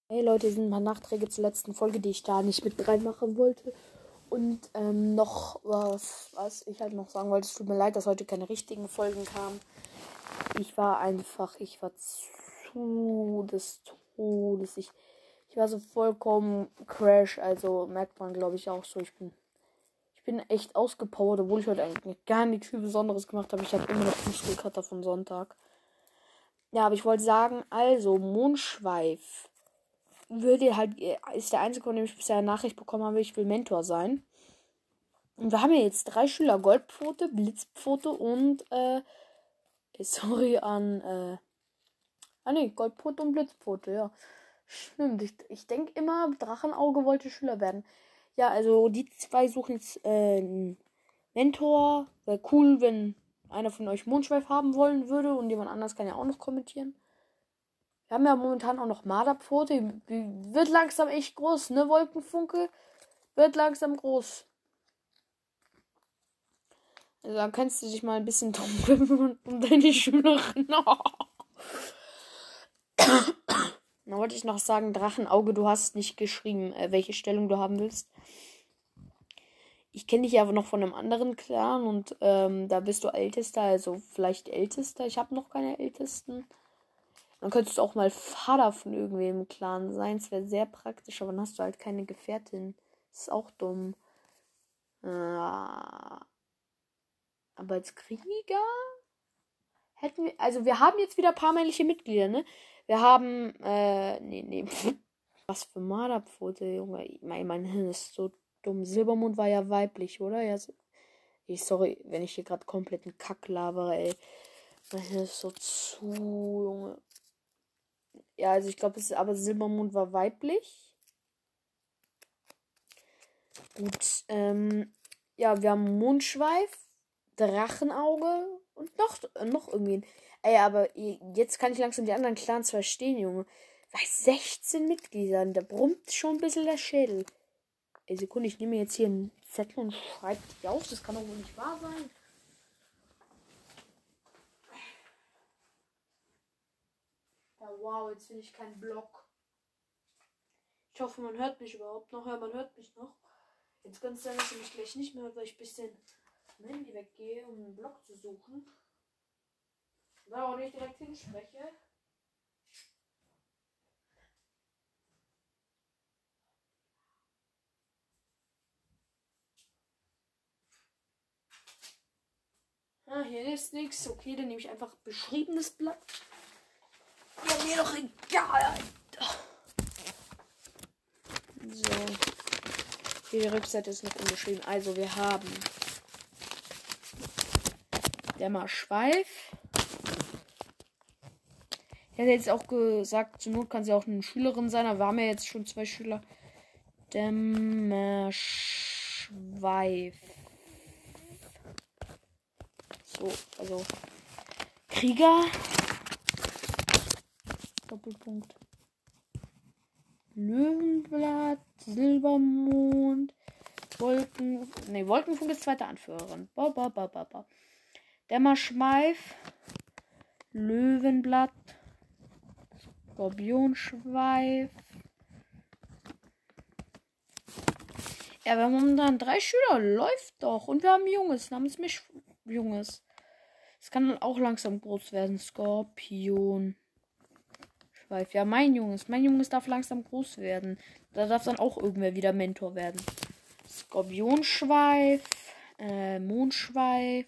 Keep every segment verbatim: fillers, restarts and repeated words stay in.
Hey Leute, hier sind mal Nachträge zur letzten Folge, die ich da nicht mit reinmachen wollte. Und ähm, noch was, was ich halt noch sagen wollte. Es tut mir leid, dass heute keine richtigen Folgen kamen. Ich war einfach, ich war zu des Todes. Ich, ich war so vollkommen crash. Also merkt man, glaube ich, auch so. Ich bin, ich bin echt ausgepowert, obwohl ich heute eigentlich gar nichts viel Besonderes gemacht habe. Ich habe immer noch Muskelkater von Sonntag. Ja, aber ich wollte sagen, also Mondschweif würde halt, ist der einzige, von dem ich bisher eine Nachricht bekommen habe, ich will Mentor sein. Und wir haben ja jetzt drei Schüler, Goldpfote, Blitzpfote und, äh, sorry an, äh, ah ne, Goldpfote und Blitzpfote, ja. Stimmt, ich, ich denke immer, Drachenauge wollte Schüler werden. Ja, also die zwei suchen jetzt, äh, einen Mentor. Wäre cool, wenn einer von euch Mondschweif haben wollen würde und jemand anders kann ja auch noch kommentieren. Wir haben ja momentan auch noch Marderpfote. Wird langsam echt groß, ne? Wolkenfunke wird langsam groß. Also da kannst du dich mal ein bisschen drum kümmern um deine Schülerin. Da wollte ich noch sagen, Drachenauge, du hast nicht geschrieben, äh, welche Stellung du haben willst. Ich kenne dich ja aber noch von einem anderen Clan und ähm, da bist du Ältester, also vielleicht Ältester. Ich habe noch keine Ältesten. Dann könntest du auch mal Vater von irgendwem im Clan sein. Es wäre sehr praktisch, aber dann hast du halt keine Gefährtin. Das ist auch dumm. Äh, aber als Krieger hätten wir. Also wir haben jetzt wieder ein paar männliche Mitglieder, ne? Wir haben. Äh, nee, nee. Was für Marderpfote, Junge. Mein, mein Hirn ist so dumm. Silbermond war ja weiblich, oder? Ja, so, ich, sorry, wenn ich hier gerade kompletten Kack labere, ey. Mein Hirn ist so zu, Junge. Ja, also ich glaube, es ist, aber Silbermond war weiblich. Gut, ähm, ja, wir haben Mondschweif, Drachenauge und noch, noch irgendwie. Ey, aber jetzt kann ich langsam die anderen Clans verstehen, Junge. Bei sechzehn Mitgliedern, da brummt schon ein bisschen der Schädel. Ey, Sekunde, ich nehme jetzt hier einen Zettel und schreibe die auf. Das kann doch wohl nicht wahr sein. Ja, wow, jetzt will ich keinen Block. Ich hoffe, man hört mich überhaupt noch. Ja, man hört mich noch. Jetzt kann es sein, dass ihr mich gleich nicht mehr hört, weil ich ein bisschen vom Handy weggehe, um einen Block zu suchen. Da auch nicht direkt hinspreche. Ah, hier ist nichts. Okay, dann nehme ich einfach beschriebenes Blatt. Ja, mir doch egal, Alter. So. Die Rückseite ist noch unbeschrieben. Also, wir haben Dämmerschweif. Ich hätte jetzt auch gesagt, zur Not kann sie auch eine Schülerin sein, aber wir haben ja jetzt schon zwei Schüler. Dämmerschweif. So, also Krieger. Doppelpunkt. Löwenblatt, Silbermond, Wolken. Ne, Wolkenfunk ist zweite Anführerin. Ba, ba, ba, ba, ba. Dämmerschweif, Löwenblatt, Skorpionschweif. Ja, wir haben momentan drei Schüler. Läuft doch. Und wir haben ein Junges namens Mischjunges. Es kann dann auch langsam groß werden. Skorpion. Schweif. Ja, mein Junges. Mein Junges darf langsam groß werden. Da darf dann auch irgendwer wieder Mentor werden. Skorpionschweif. Äh, Mondschweif.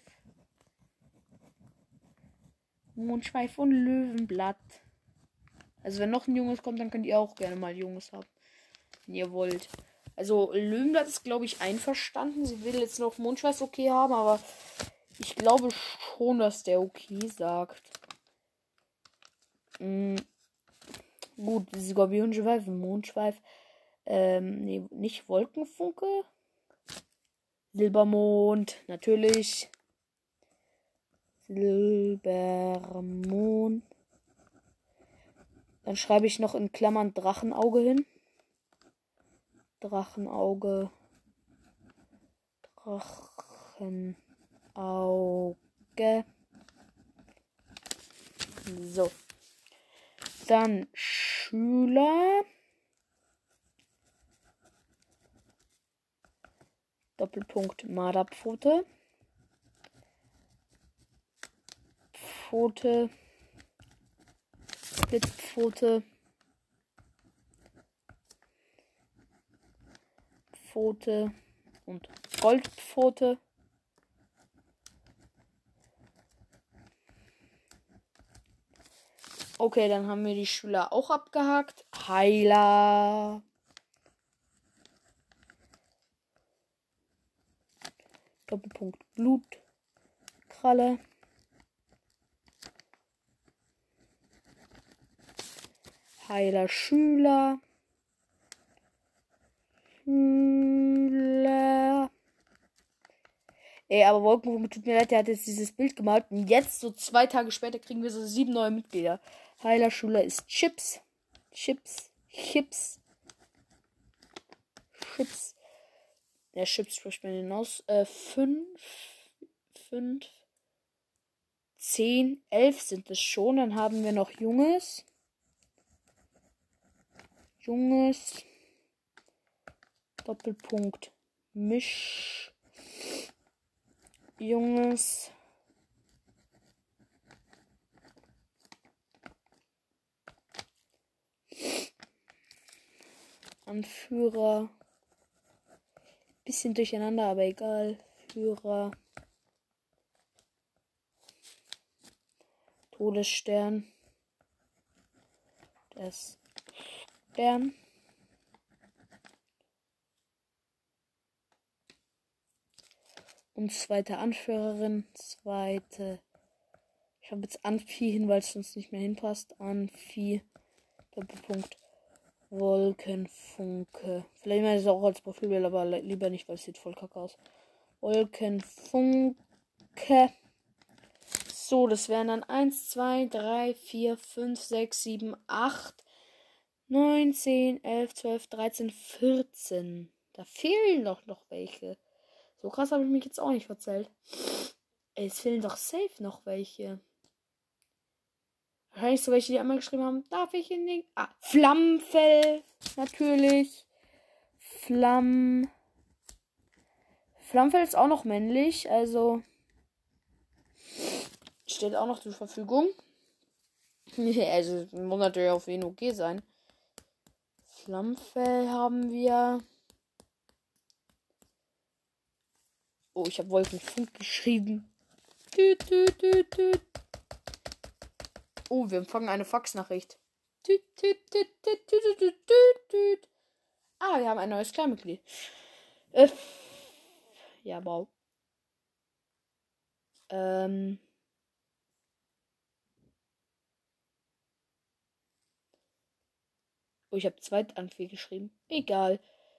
Mondschweif und Löwenblatt. Also wenn noch ein Junges kommt, dann könnt ihr auch gerne mal Junges haben. Wenn ihr wollt. Also Löwenblatt ist, glaube ich, einverstanden. Sie will jetzt noch Mondschweif okay haben, aber ich glaube schon, dass der okay sagt. Mhm. Gut, Skorpionschweif, Mondschweif. Ähm, nee, nicht Wolkenfunke. Silbermond, natürlich. Silbermond. Dann schreibe ich noch in Klammern Drachenauge hin. Drachenauge. Drachenauge. So. Dann Schüler. Doppelpunkt Marderpfote. Pfote. Blitzpfote. Pfote und Goldpfote. Okay, dann haben wir die Schüler auch abgehakt. Heiler. Doppelpunkt Blutkralle. Heiler Schüler. Schüler. Ey, aber Wolkenwurm, tut mir leid, der hat jetzt dieses Bild gemalt. Und jetzt, so zwei Tage später, kriegen wir so sieben neue Mitglieder. Heiler Schüler ist Chips. Chips. Chips. Chips. Der Chips spricht man hinaus. Äh, fünf. Fünf. Zehn. Elf sind es schon. Dann haben wir noch Junges. Junges. Doppelpunkt. Misch. Junges. Anführer. Bisschen durcheinander, aber egal. Führer. Todesstern. Das Stern. Und zweite Anführerin. Zweite. Ich habe jetzt Amphi hin, weil es sonst nicht mehr hinpasst. Amphi. Doppelpunkt. Wolkenfunke. Vielleicht mal das auch als Profilbild, aber lieber nicht, weil es sieht voll kacke aus. Wolkenfunke. So, das wären dann eins, zwei, drei, vier, fünf, sechs, sieben, acht, neun, zehn, elf, zwölf, dreizehn, vierzehn. Da fehlen doch noch welche. So krass habe ich mich jetzt auch nicht verzählt. Ey, es fehlen doch safe noch welche. Wahrscheinlich so welche, die einmal geschrieben haben, darf ich in den... Ah, Flammenfell. Natürlich. Flamm... Flammenfell ist auch noch männlich, also... Steht auch noch zur Verfügung. Also, muss natürlich auf jeden okay sein. Flammenfell haben wir... Oh, ich habe Wolkenfunk geschrieben. Tüt, tüt, tüt, tüt. Oh, wir empfangen eine Faxnachricht. Tüt, tüt, tüt, tüt, tüt, tüt, tüt, tüt. Ah, wir haben ein neues Kleinmitglied. Äh, ja, wow. Ähm. Oh, ich habe Zweitanfehl geschrieben. Egal.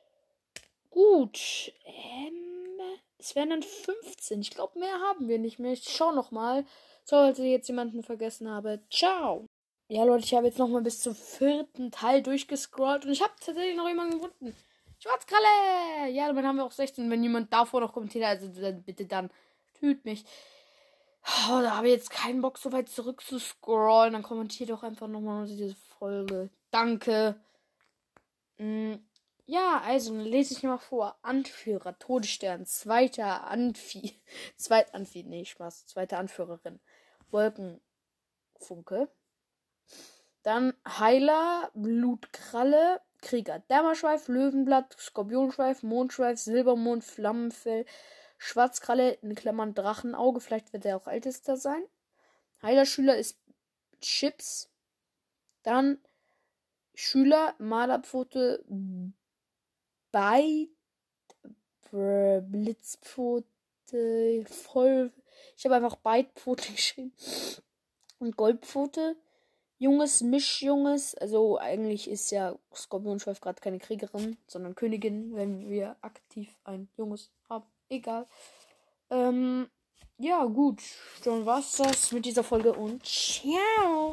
Gut. Ähm, es wären dann fünfzehn. Ich glaube, mehr haben wir nicht mehr. Ich schau noch mal. Sollte ich jetzt jemanden vergessen habe. Ciao. Ja, Leute, ich habe jetzt noch mal bis zum vierten Teil durchgescrollt. Und ich habe tatsächlich noch jemanden gefunden. Schwarzkralle! Ja, dann haben wir auch sechzehn. Wenn jemand davor noch kommentiert, also dann, bitte dann tüt mich. Oh, da habe ich jetzt keinen Bock, so weit zurück zu scrollen. Dann kommentiert doch einfach nochmal diese Folge. Danke. Mm, ja, also, dann lese ich mal vor. Anführer, Todesstern, zweiter Anfi. Zweit Anfi, nee, Spaß. Zweite Anführerin. Wolkenfunke. Dann Heiler, Blutkralle, Krieger, Dämmerschweif, Löwenblatt, Skorpionschweif, Mondschweif, Silbermond, Flammenfell, Schwarzkralle, in Klammern Drachenauge, vielleicht wird er auch ältester sein. Heilerschüler ist Chips. Dann Schüler, Marderpfote, Beit, Blitzpfote, voll. Ich habe einfach Beitpfote geschrieben. Und Goldpfote. Junges, Mischjunges. Also eigentlich ist ja Skorpionschweif gerade keine Kriegerin, sondern Königin, wenn wir aktiv ein Junges haben. Egal. Ähm, ja, gut. Dann war's das mit dieser Folge und ciao.